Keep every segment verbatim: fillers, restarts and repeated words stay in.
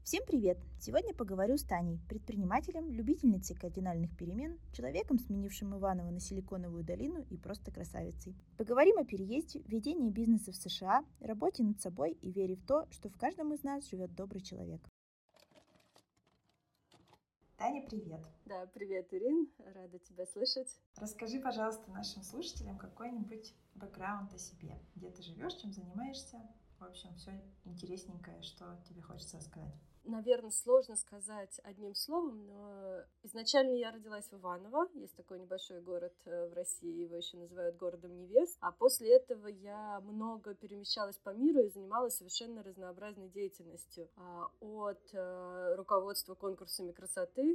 Всем привет! Сегодня поговорю с Таней, предпринимателем, любительницей кардинальных перемен, человеком, сменившим Иваново на Силиконовую долину и просто красавицей. Поговорим о переезде, ведении бизнеса в США, работе над собой и вере в то, что в каждом из нас живет добрый человек. Таня, привет! Да, привет, Ирин, рада тебя слышать. Расскажи, пожалуйста, нашим слушателям какой-нибудь бэкграунд о себе. Где ты живешь, чем занимаешься? В общем, все интересненькое, что тебе хочется рассказать. Наверное, сложно сказать одним словом, но изначально я родилась в Иваново. Есть такой небольшой город в России, его еще называют городом невест. А после этого я много перемещалась по миру и занималась совершенно разнообразной деятельностью. От руководства конкурсами красоты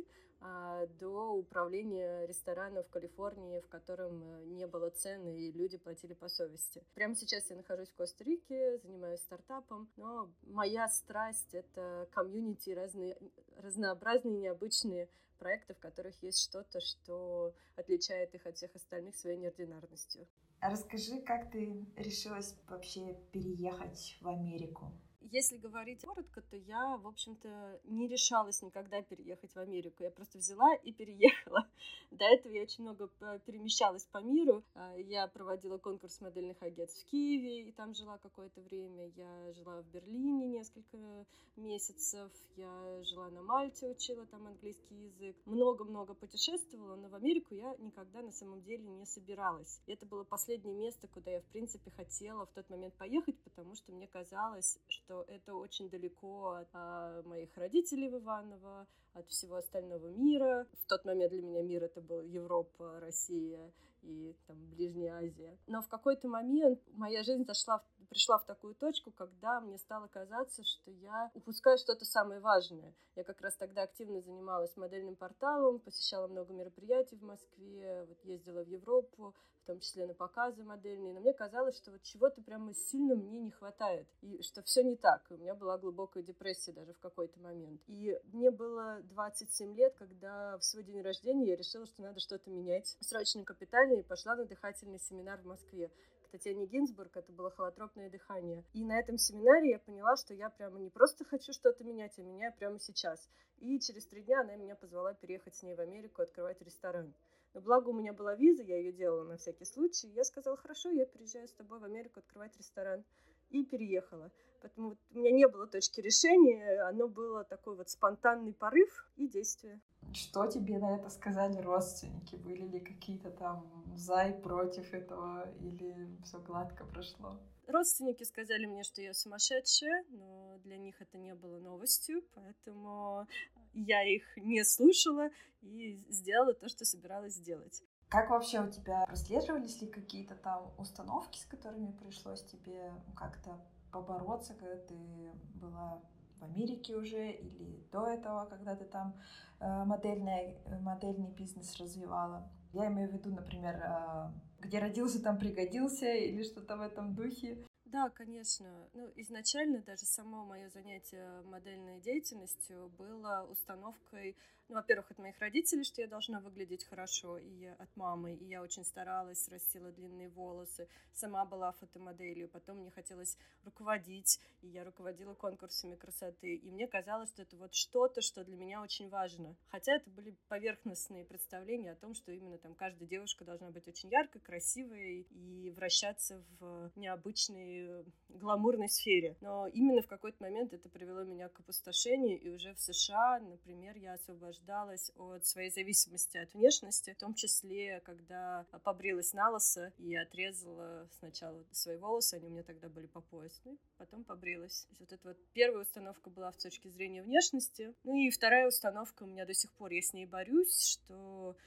до управления рестораном в Калифорнии, в котором не было цен, и люди платили по совести. Прямо сейчас я нахожусь в Коста-Рике, занимаюсь стартапом, но моя страсть — это комьюнити, разные, разнообразные, необычные проекты, в которых есть что-то, что отличает их от всех остальных своей неординарностью. А расскажи, как ты решилась вообще переехать в Америку? Если говорить коротко, то я, в общем-то, не решалась никогда переехать в Америку. Я просто взяла и переехала. До этого я очень много перемещалась по миру. Я проводила конкурс модельных агентств в Киеве, и там жила какое-то время. Я жила в Берлине несколько месяцев. Я жила на Мальте, учила там английский язык. Много-много путешествовала, но в Америку я никогда на самом деле не собиралась. И это было последнее место, куда я, в принципе, хотела в тот момент поехать, потому что мне казалось, что это очень далеко от а, моих родителей в Иваново, от всего остального мира. В тот момент для меня мир — это был Европа, Россия и там Ближняя Азия. Но в какой-то момент моя жизнь зашла в, пришла в такую точку, когда мне стало казаться, что я упускаю что-то самое важное. Я как раз тогда активно занималась модельным порталом, посещала много мероприятий в Москве, вот ездила в Европу, в том числе на показы модельные, но мне казалось, что вот чего-то прямо сильно мне не хватает, и что все не так. У меня была глубокая депрессия даже в какой-то момент. И мне было двадцать семь лет, когда в свой день рождения я решила, что надо что-то менять срочно, капитально, и пошла на дыхательный семинар в Москве к Татьяне Гинзбург. Это было холотропное дыхание. И на этом семинаре я поняла, что я прямо не просто хочу что-то менять, а меняю прямо сейчас. И через три дня она меня позвала переехать с ней в Америку, открывать ресторан. Но благо у меня была виза, я ее делала на всякий случай. Я сказала: хорошо, я переезжаю с тобой в Америку открывать ресторан. И переехала. Поэтому вот у меня не было точки решения, оно было такой вот спонтанный порыв и действие. Что тебе на это сказали родственники? Были ли какие-то там за и против этого, или все гладко прошло? Родственники сказали мне, что я сумасшедшая, но для них это не было новостью, поэтому я их не слушала и сделала то, что собиралась сделать. Как вообще у тебя прослеживались ли какие-то там установки, с которыми пришлось тебе как-то побороться, когда ты была в Америке уже, или до этого, когда ты там э, модельный, модельный бизнес развивала? Я имею в виду, например, э, где родился, там пригодился, или что-то в этом духе. Да, конечно. Ну, изначально даже само мое занятие модельной деятельностью было установкой, ну, во-первых, от моих родителей, что я должна выглядеть хорошо, и от мамы, и я очень старалась, растила длинные волосы, сама была фотомоделью, потом мне хотелось руководить, и я руководила конкурсами красоты, и мне казалось, что это вот что-то, что для меня очень важно. Хотя это были поверхностные представления о том, что именно там каждая девушка должна быть очень яркой, красивой и вращаться в необычной гламурной сфере. Но именно в какой-то момент это привело меня к опустошению, и уже в США, например, я освобождалась от своей зависимости от внешности, в том числе, когда побрилась на лысо и отрезала сначала свои волосы, они у меня тогда были по пояс, ну и потом побрилась. То есть вот эта вот первая установка была с точки зрения внешности, ну и вторая установка у меня до сих пор, я с ней борюсь, что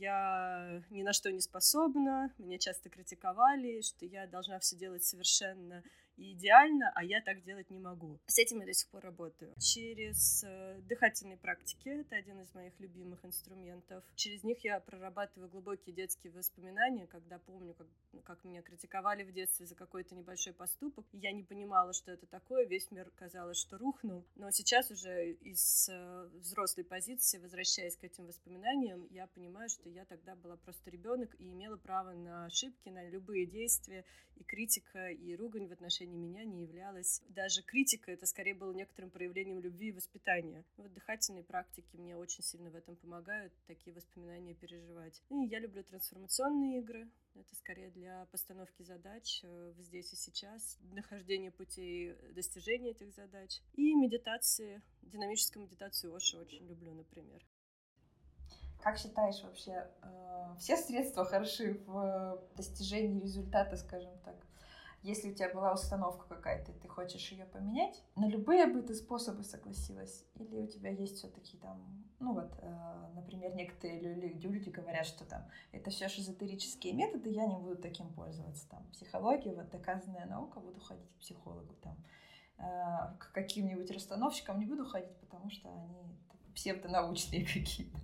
я ни на что не способна, меня часто критиковали, что я должна все делать совершенно идеально, а я так делать не могу. С этим я до сих пор работаю. Через э, дыхательные практики, это один из моих любимых инструментов. Через них я прорабатываю глубокие детские воспоминания, когда помню, как, как меня критиковали в детстве за какой-то небольшой поступок. Я не понимала, что это такое, весь мир казалось, что рухнул. Но сейчас уже из э, взрослой позиции, возвращаясь к этим воспоминаниям, я понимаю, что я тогда была просто ребенок и имела право на ошибки, на любые действия, и критика, и ругань в отношении меня не являлась. Даже критика — это скорее было некоторым проявлением любви и воспитания. Вот дыхательные практики мне очень сильно в этом помогают, такие воспоминания переживать. И я люблю трансформационные игры. Это скорее для постановки задач здесь и сейчас, нахождения путей достижения этих задач. И медитации, динамическую медитацию Ошо очень люблю, например. Как считаешь вообще, э, все средства хороши в достижении результата, скажем так? Если у тебя была установка какая-то, и ты хочешь ее поменять, на любые бы ты способы согласилась? Или у тебя есть все-таки там, ну вот, э, например, некоторые люди, люди говорят, что там это все же эзотерические методы, я не буду таким пользоваться. Там психология, вот доказанная наука, буду ходить к психологу, там, э, к каким-нибудь расстановщикам не буду ходить, потому что они псевдонаучные какие-то.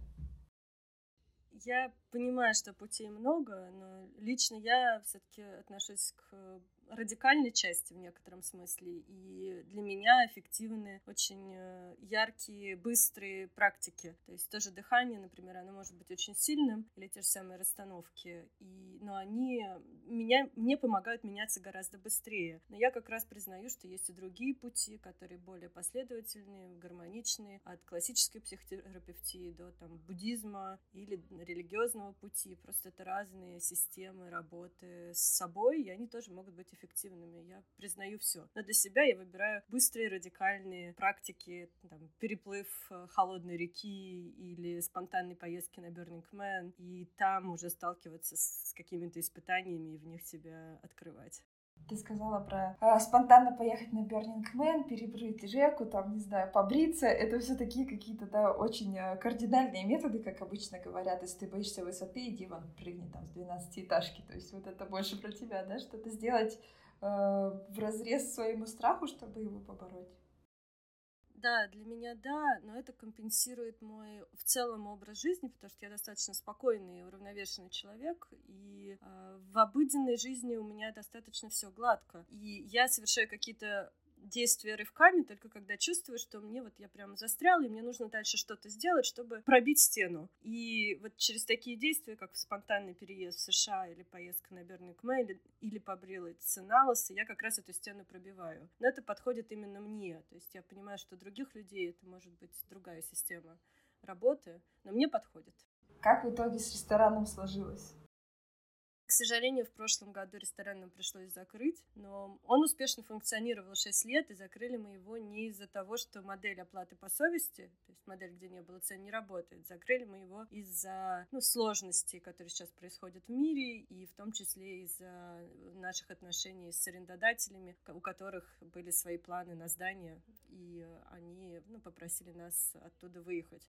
Я понимаю, что путей много, но лично я все-таки отношусь к радикальной части в некотором смысле, и для меня эффективны очень яркие, быстрые практики. То есть тоже дыхание, например, оно может быть очень сильным, или те же самые расстановки, и, но они меня, мне помогают меняться гораздо быстрее. Но я как раз признаю, что есть и другие пути, которые более последовательные, гармоничные, от классической психотерапевтии до там, буддизма или религиозного пути. Просто это разные системы работы с собой, и они тоже могут быть эффективными. Я признаю все. Но для себя я выбираю быстрые радикальные практики, там, переплыв холодной реки или спонтанные поездки на Burning Man, и там уже сталкиваться с какими-то испытаниями и в них себя открывать. Ты сказала про э, спонтанно поехать на Burning Man, переплыть реку, там, не знаю, побриться. Это все такие какие-то, да, очень э, кардинальные методы, как обычно говорят. Если ты боишься высоты, иди вон, прыгни там с двенадцатиэтажки. То есть вот это больше про тебя, да, что-то сделать э, вразрез своему страху, чтобы его побороть. Да, для меня да, но это компенсирует мой в целом образ жизни, потому что я достаточно спокойный и уравновешенный человек, и э, в обыденной жизни у меня достаточно все гладко. И я совершаю какие-то действия рывками, только когда чувствую, что мне вот я прямо застряла, и мне нужно дальше что-то сделать, чтобы пробить стену. И вот через такие действия, как спонтанный переезд в США или поездка на Burning Man или, или побриться на лысо, я как раз эту стену пробиваю. Но это подходит именно мне. То есть я понимаю, что у других людей это может быть другая система работы, но мне подходит. Как в итоге с рестораном сложилось? К сожалению, в прошлом году ресторан нам пришлось закрыть, но он успешно функционировал шесть лет, и закрыли мы его не из-за того, что модель оплаты по совести, то есть модель, где не было цен, не работает. Закрыли мы его из-за ну, сложностей, которые сейчас происходят в мире, и в том числе из-за наших отношений с арендодателями, у которых были свои планы на здание, и они ну, попросили нас оттуда выехать.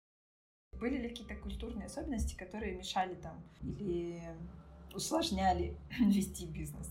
Были ли какие-то культурные особенности, которые мешали там или усложняли вести бизнес?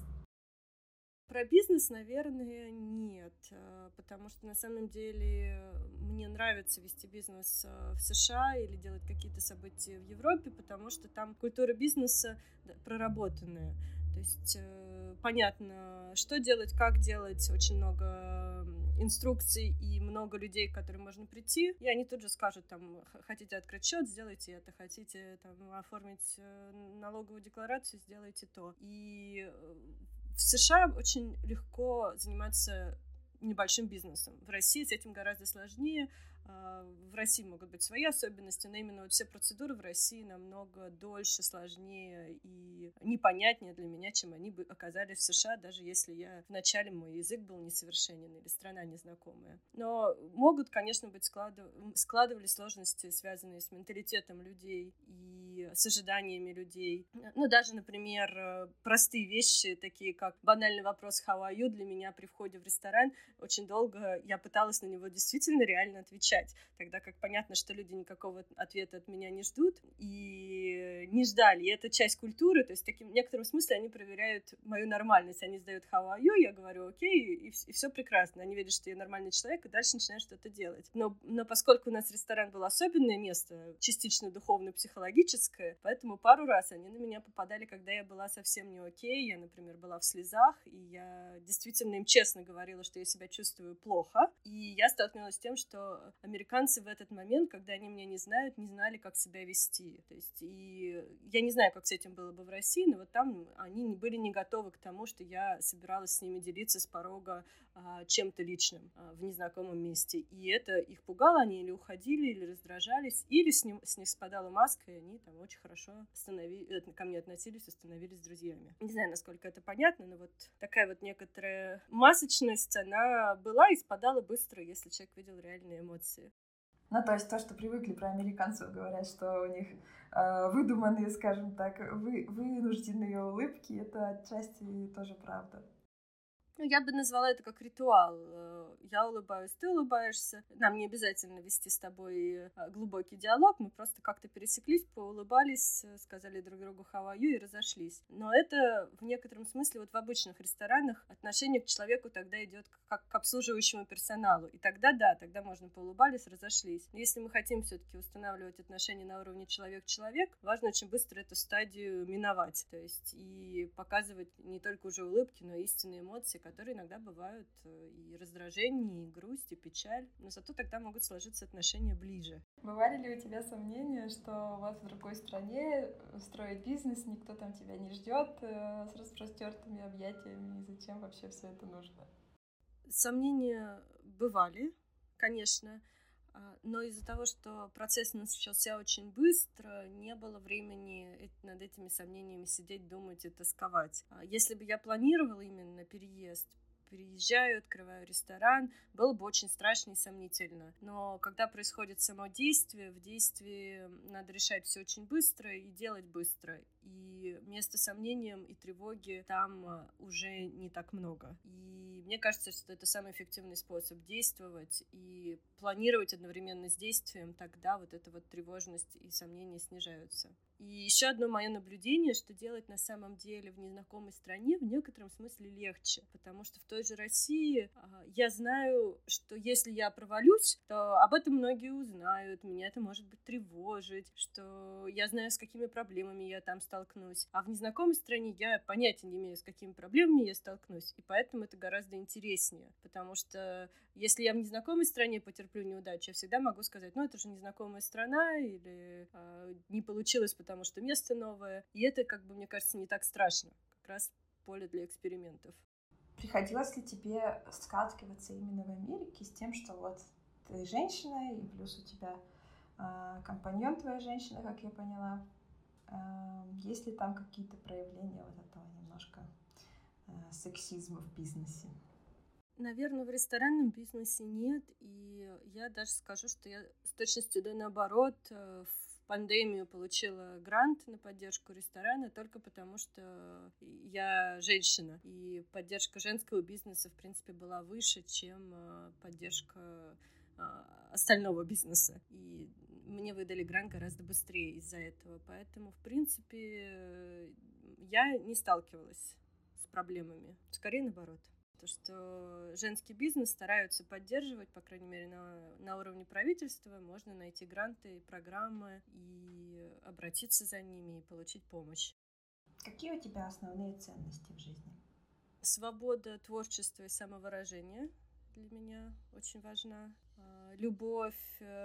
Про бизнес, наверное, нет, потому что на самом деле мне нравится вести бизнес в США или делать какие-то события в Европе, потому что там культура бизнеса проработанная. То есть понятно, что делать, как делать, очень много инструкций и много людей, к которым можно прийти, и они тут же скажут, там, хотите открыть счет, сделайте это, хотите там, оформить налоговую декларацию, сделайте то. И в США очень легко заниматься небольшим бизнесом. В России с этим гораздо сложнее. В России могут быть свои особенности, но именно вот все процедуры в России намного дольше, сложнее и непонятнее для меня, чем они бы оказались в США, даже если я вначале мой язык был несовершенен или страна незнакомая. Но могут, конечно, быть складыв... складывались сложности, связанные с менталитетом людей и с ожиданиями людей. Ну, даже, например, простые вещи, такие как банальный вопрос «How are you?» для меня при входе в ресторан очень долго я пыталась на него действительно реально отвечать, тогда как понятно, что люди никакого ответа от меня не ждут и не ждали. И это часть культуры, то есть таким, в некотором смысле они проверяют мою нормальность. Они задают how are you, я говорю окей, и, и все прекрасно. Они видят, что я нормальный человек, и дальше начинают что-то делать. Но, но поскольку у нас ресторан был особенное место, частично духовно-психологическое, поэтому пару раз они на меня попадали, когда я была совсем не окей. Я, например, была в слезах, и я действительно им честно говорила, что я себя чувствую плохо. И я столкнулась с тем, что американцы в этот момент, когда они меня не знают, не знали, как себя вести. То есть, и я не знаю, как с этим было бы в России, но вот там они были не готовы к тому, что я собиралась с ними делиться с порога а, чем-то личным а, в незнакомом месте. И это их пугало, они или уходили, или раздражались, или с, ним, с них спадала маска, и они там очень хорошо станови... ко мне относились и становились друзьями. Не знаю, насколько это понятно, но вот такая вот некоторая масочность, она была и спадала быстро, если человек видел реальные эмоции. Ну, то есть то, что привыкли про американцев, говорят, что у них э, выдуманные, скажем так, вы, вынужденные улыбки, это отчасти тоже правда. Ну, я бы назвала это как ритуал. Я улыбаюсь, ты улыбаешься. Нам не обязательно вести с тобой глубокий диалог. Мы просто как-то пересеклись, поулыбались, сказали друг другу how are you и разошлись. Но это в некотором смысле вот в обычных ресторанах отношение к человеку тогда идет как к обслуживающему персоналу. И тогда да, тогда можно поулыбались, разошлись. Но если мы хотим все-таки устанавливать отношения на уровне человек-человек, важно очень быстро эту стадию миновать. То есть и показывать не только уже улыбки, но и истинные эмоции, которые иногда бывают и раздражение, и грусть, и печаль. Но зато тогда могут сложиться отношения ближе. Бывали ли у тебя сомнения, что вот в другой стране строить бизнес, никто там тебя не ждет с распростертыми объятиями, и зачем вообще все это нужно? Сомнения бывали, конечно, но из-за того, что процесс начался очень быстро, не было времени над этими сомнениями сидеть, думать и тосковать. Если бы я планировала именно переезд, переезжаю, открываю ресторан, было бы очень страшно и сомнительно. Но когда происходит само действие, в действии надо решать все очень быстро и делать быстро. И места сомнениям и тревоги там уже не так много. И мне кажется, что это самый эффективный способ действовать и планировать одновременно с действием, тогда вот эта вот тревожность и сомнения снижаются. И еще одно мое наблюдение, что делать на самом деле в незнакомой стране в некотором смысле легче, потому что в той же России я знаю, что если я провалюсь, то об этом многие узнают, меня это может быть тревожить, что я знаю, с какими проблемами я там столкнусь. А в незнакомой стране я понятия не имею, с какими проблемами я столкнусь, и поэтому это гораздо интереснее, потому что если я в незнакомой стране потерплю неудачу, я всегда могу сказать, ну это же незнакомая страна, или э, не получилось, потому что место новое. И это, как бы, мне кажется, не так страшно. Как раз поле для экспериментов. Приходилось ли тебе сталкиваться именно в Америке с тем, что вот ты женщина, и плюс у тебя э, компаньон твоя женщина, как я поняла. Э, есть ли там какие-то проявления вот этого немножко э, сексизма в бизнесе? Наверное, в ресторанном бизнесе нет, и я даже скажу, что я с точностью до наоборот в пандемию получила грант на поддержку ресторана только потому, что я женщина, и поддержка женского бизнеса, в принципе, была выше, чем поддержка остального бизнеса. И мне выдали грант гораздо быстрее из-за этого, поэтому, в принципе, я не сталкивалась с проблемами, скорее наоборот. То, что женский бизнес стараются поддерживать, по крайней мере, на, на уровне правительства. Можно найти гранты, программы и обратиться за ними и получить помощь. Какие у тебя основные ценности в жизни? Свобода творчества и самовыражения для меня очень важна. Любовь,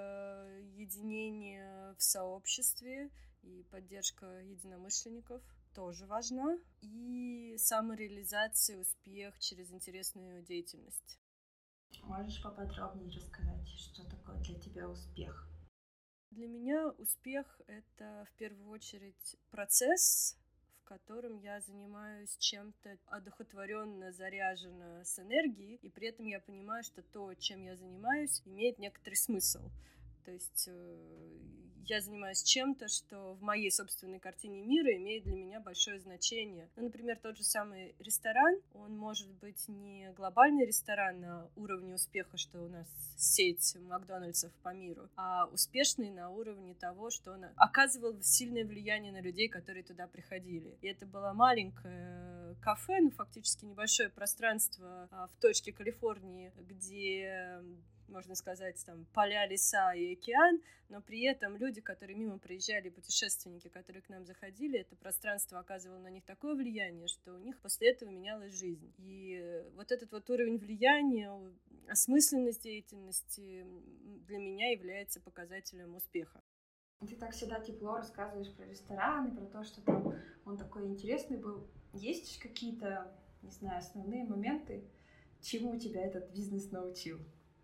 единение в сообществе и поддержка единомышленников тоже важна. И самореализация, успех через интересную деятельность. Можешь поподробнее рассказать, что такое для тебя успех? Для меня успех — это в первую очередь процесс, в котором я занимаюсь чем-то одухотворенно, заряженно, с энергией, и при этом я понимаю, что то, чем я занимаюсь, имеет некоторый смысл. То есть я занимаюсь чем-то, что в моей собственной картине мира имеет для меня большое значение. Ну, например, тот же самый ресторан, он может быть не глобальный ресторан на уровне успеха, что у нас сеть Макдональдсов по миру, а успешный на уровне того, что он оказывал сильное влияние на людей, которые туда приходили. И это было маленькое кафе, ну, фактически небольшое пространство в точке Калифорнии, где можно сказать, там, поля, леса и океан, но при этом люди, которые мимо проезжали, путешественники, которые к нам заходили, это пространство оказывало на них такое влияние, что у них после этого менялась жизнь. И вот этот вот уровень влияния, осмысленность деятельности для меня является показателем успеха. Ты так всегда тепло рассказываешь про ресторан и про то, что там он такой интересный был. Есть какие-то, не знаю, основные моменты, чему тебя этот бизнес научил?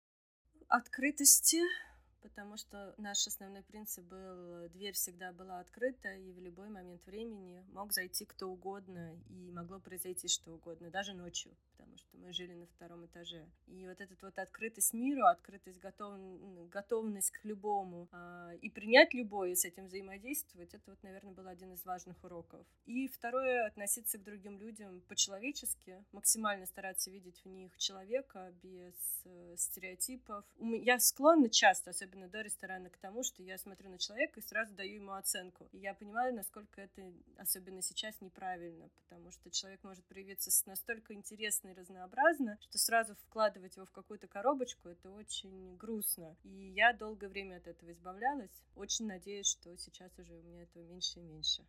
Открытости, потому что наш основной принцип был: дверь всегда была открыта, и в любой момент времени мог зайти кто угодно, и могло произойти что угодно, даже ночью, потому что мы жили на втором этаже. И вот эта вот открытость миру, открытость, готов... готовность к любому а, и принять любое, и с этим взаимодействовать, это вот, наверное, был один из важных уроков. И второе — относиться к другим людям по-человечески, максимально стараться видеть в них человека без э, стереотипов. Я склонна часто, особенно до ресторана, к тому, что я смотрю на человека и сразу даю ему оценку. И я понимаю, насколько это, особенно сейчас, неправильно, потому что человек может проявиться настолько интересно и разнообразно, что сразу вкладывать его в какую-то коробочку — это очень грустно. И я долгое время от этого избавлялась. Очень надеюсь, что сейчас уже у меня этого меньше и меньше.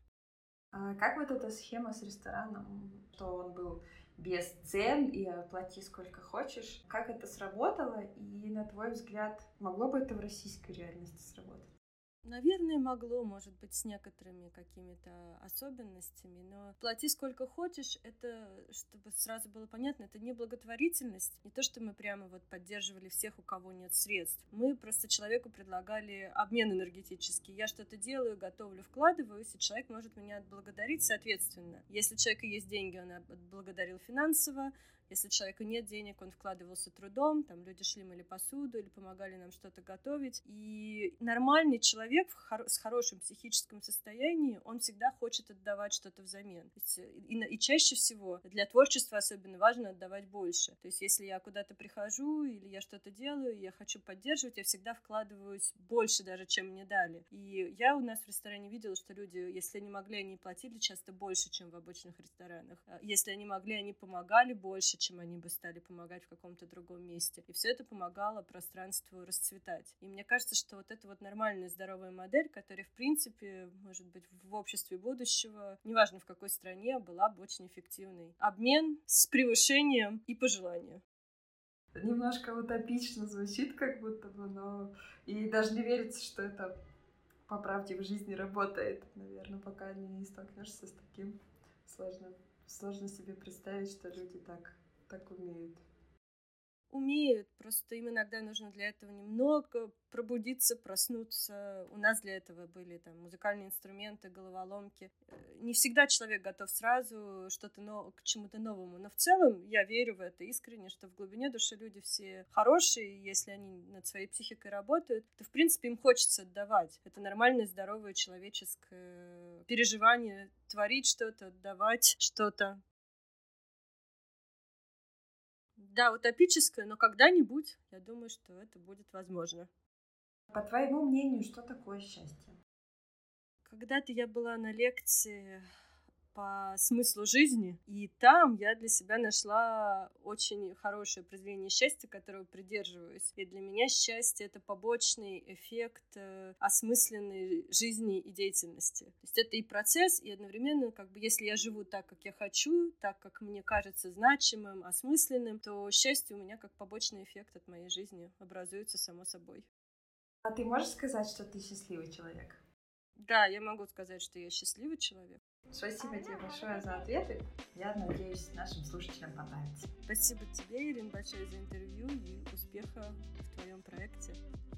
А как вот эта схема с рестораном, что он был без цен и плати сколько хочешь, как это сработало, и, на твой взгляд, могло бы это в российской реальности сработать? Наверное, могло, может быть, с некоторыми какими-то особенностями, но плати сколько хочешь, это, чтобы сразу было понятно, это не благотворительность, не то, что мы прямо вот поддерживали всех, у кого нет средств. Мы просто человеку предлагали обмен энергетический. Я что-то делаю, готовлю, вкладываюсь, и человек может меня отблагодарить соответственно. Если у человека есть деньги, он отблагодарил финансово. Если у человека нет денег, он вкладывался трудом, там люди шли, мыли посуду или помогали нам что-то готовить. И нормальный человек с хорошим психическим состоянием, он всегда хочет отдавать что-то взамен. И, и чаще всего для творчества особенно важно отдавать больше. То есть если я куда-то прихожу или я что-то делаю, и я хочу поддерживать, я всегда вкладываюсь больше даже, чем мне дали. И я у нас в ресторане видела, что люди, если они могли, они платили часто больше, чем в обычных ресторанах. Если они могли, они помогали больше, чем они бы стали помогать в каком-то другом месте. И все это помогало пространству расцветать. И мне кажется, что вот это вот нормальная здоровая модель, которая, в принципе, может быть, в обществе будущего, неважно в какой стране, была бы очень эффективной. Обмен с превышением и по желанию. Немножко утопично звучит, как будто бы, но и даже не верится, что это по правде в жизни работает, наверное, пока не столкнешься с таким сложным. Сложно себе представить, что люди так так умеют. Умеют, просто им иногда нужно для этого немного пробудиться, проснуться. У нас для этого были там музыкальные инструменты, головоломки. Не всегда человек готов сразу что-то но... к чему-то новому, но в целом я верю в это искренне, что в глубине души люди все хорошие, и если они над своей психикой работают, то в принципе им хочется отдавать. Это нормальное, здоровое человеческое переживание, творить что-то, отдавать что-то. Да, утопическое, но когда-нибудь, я думаю, что это будет возможно. По твоему мнению, что такое счастье? Когда-то я была на лекции по смыслу жизни, и там я для себя нашла очень хорошее определение счастья, которого придерживаюсь. И для меня счастье — это побочный эффект осмысленной жизни и деятельности. То есть это и процесс, и одновременно, как бы, если я живу так, как я хочу, так, как мне кажется значимым, осмысленным, то счастье у меня как побочный эффект от моей жизни образуется само собой. А ты можешь сказать, что ты счастливый человек? Да, я могу сказать, что я счастливый человек. Спасибо тебе большое за ответы. Я надеюсь, нашим слушателям понравится. Спасибо тебе, Ирина, большое за интервью и успеха в твоем проекте.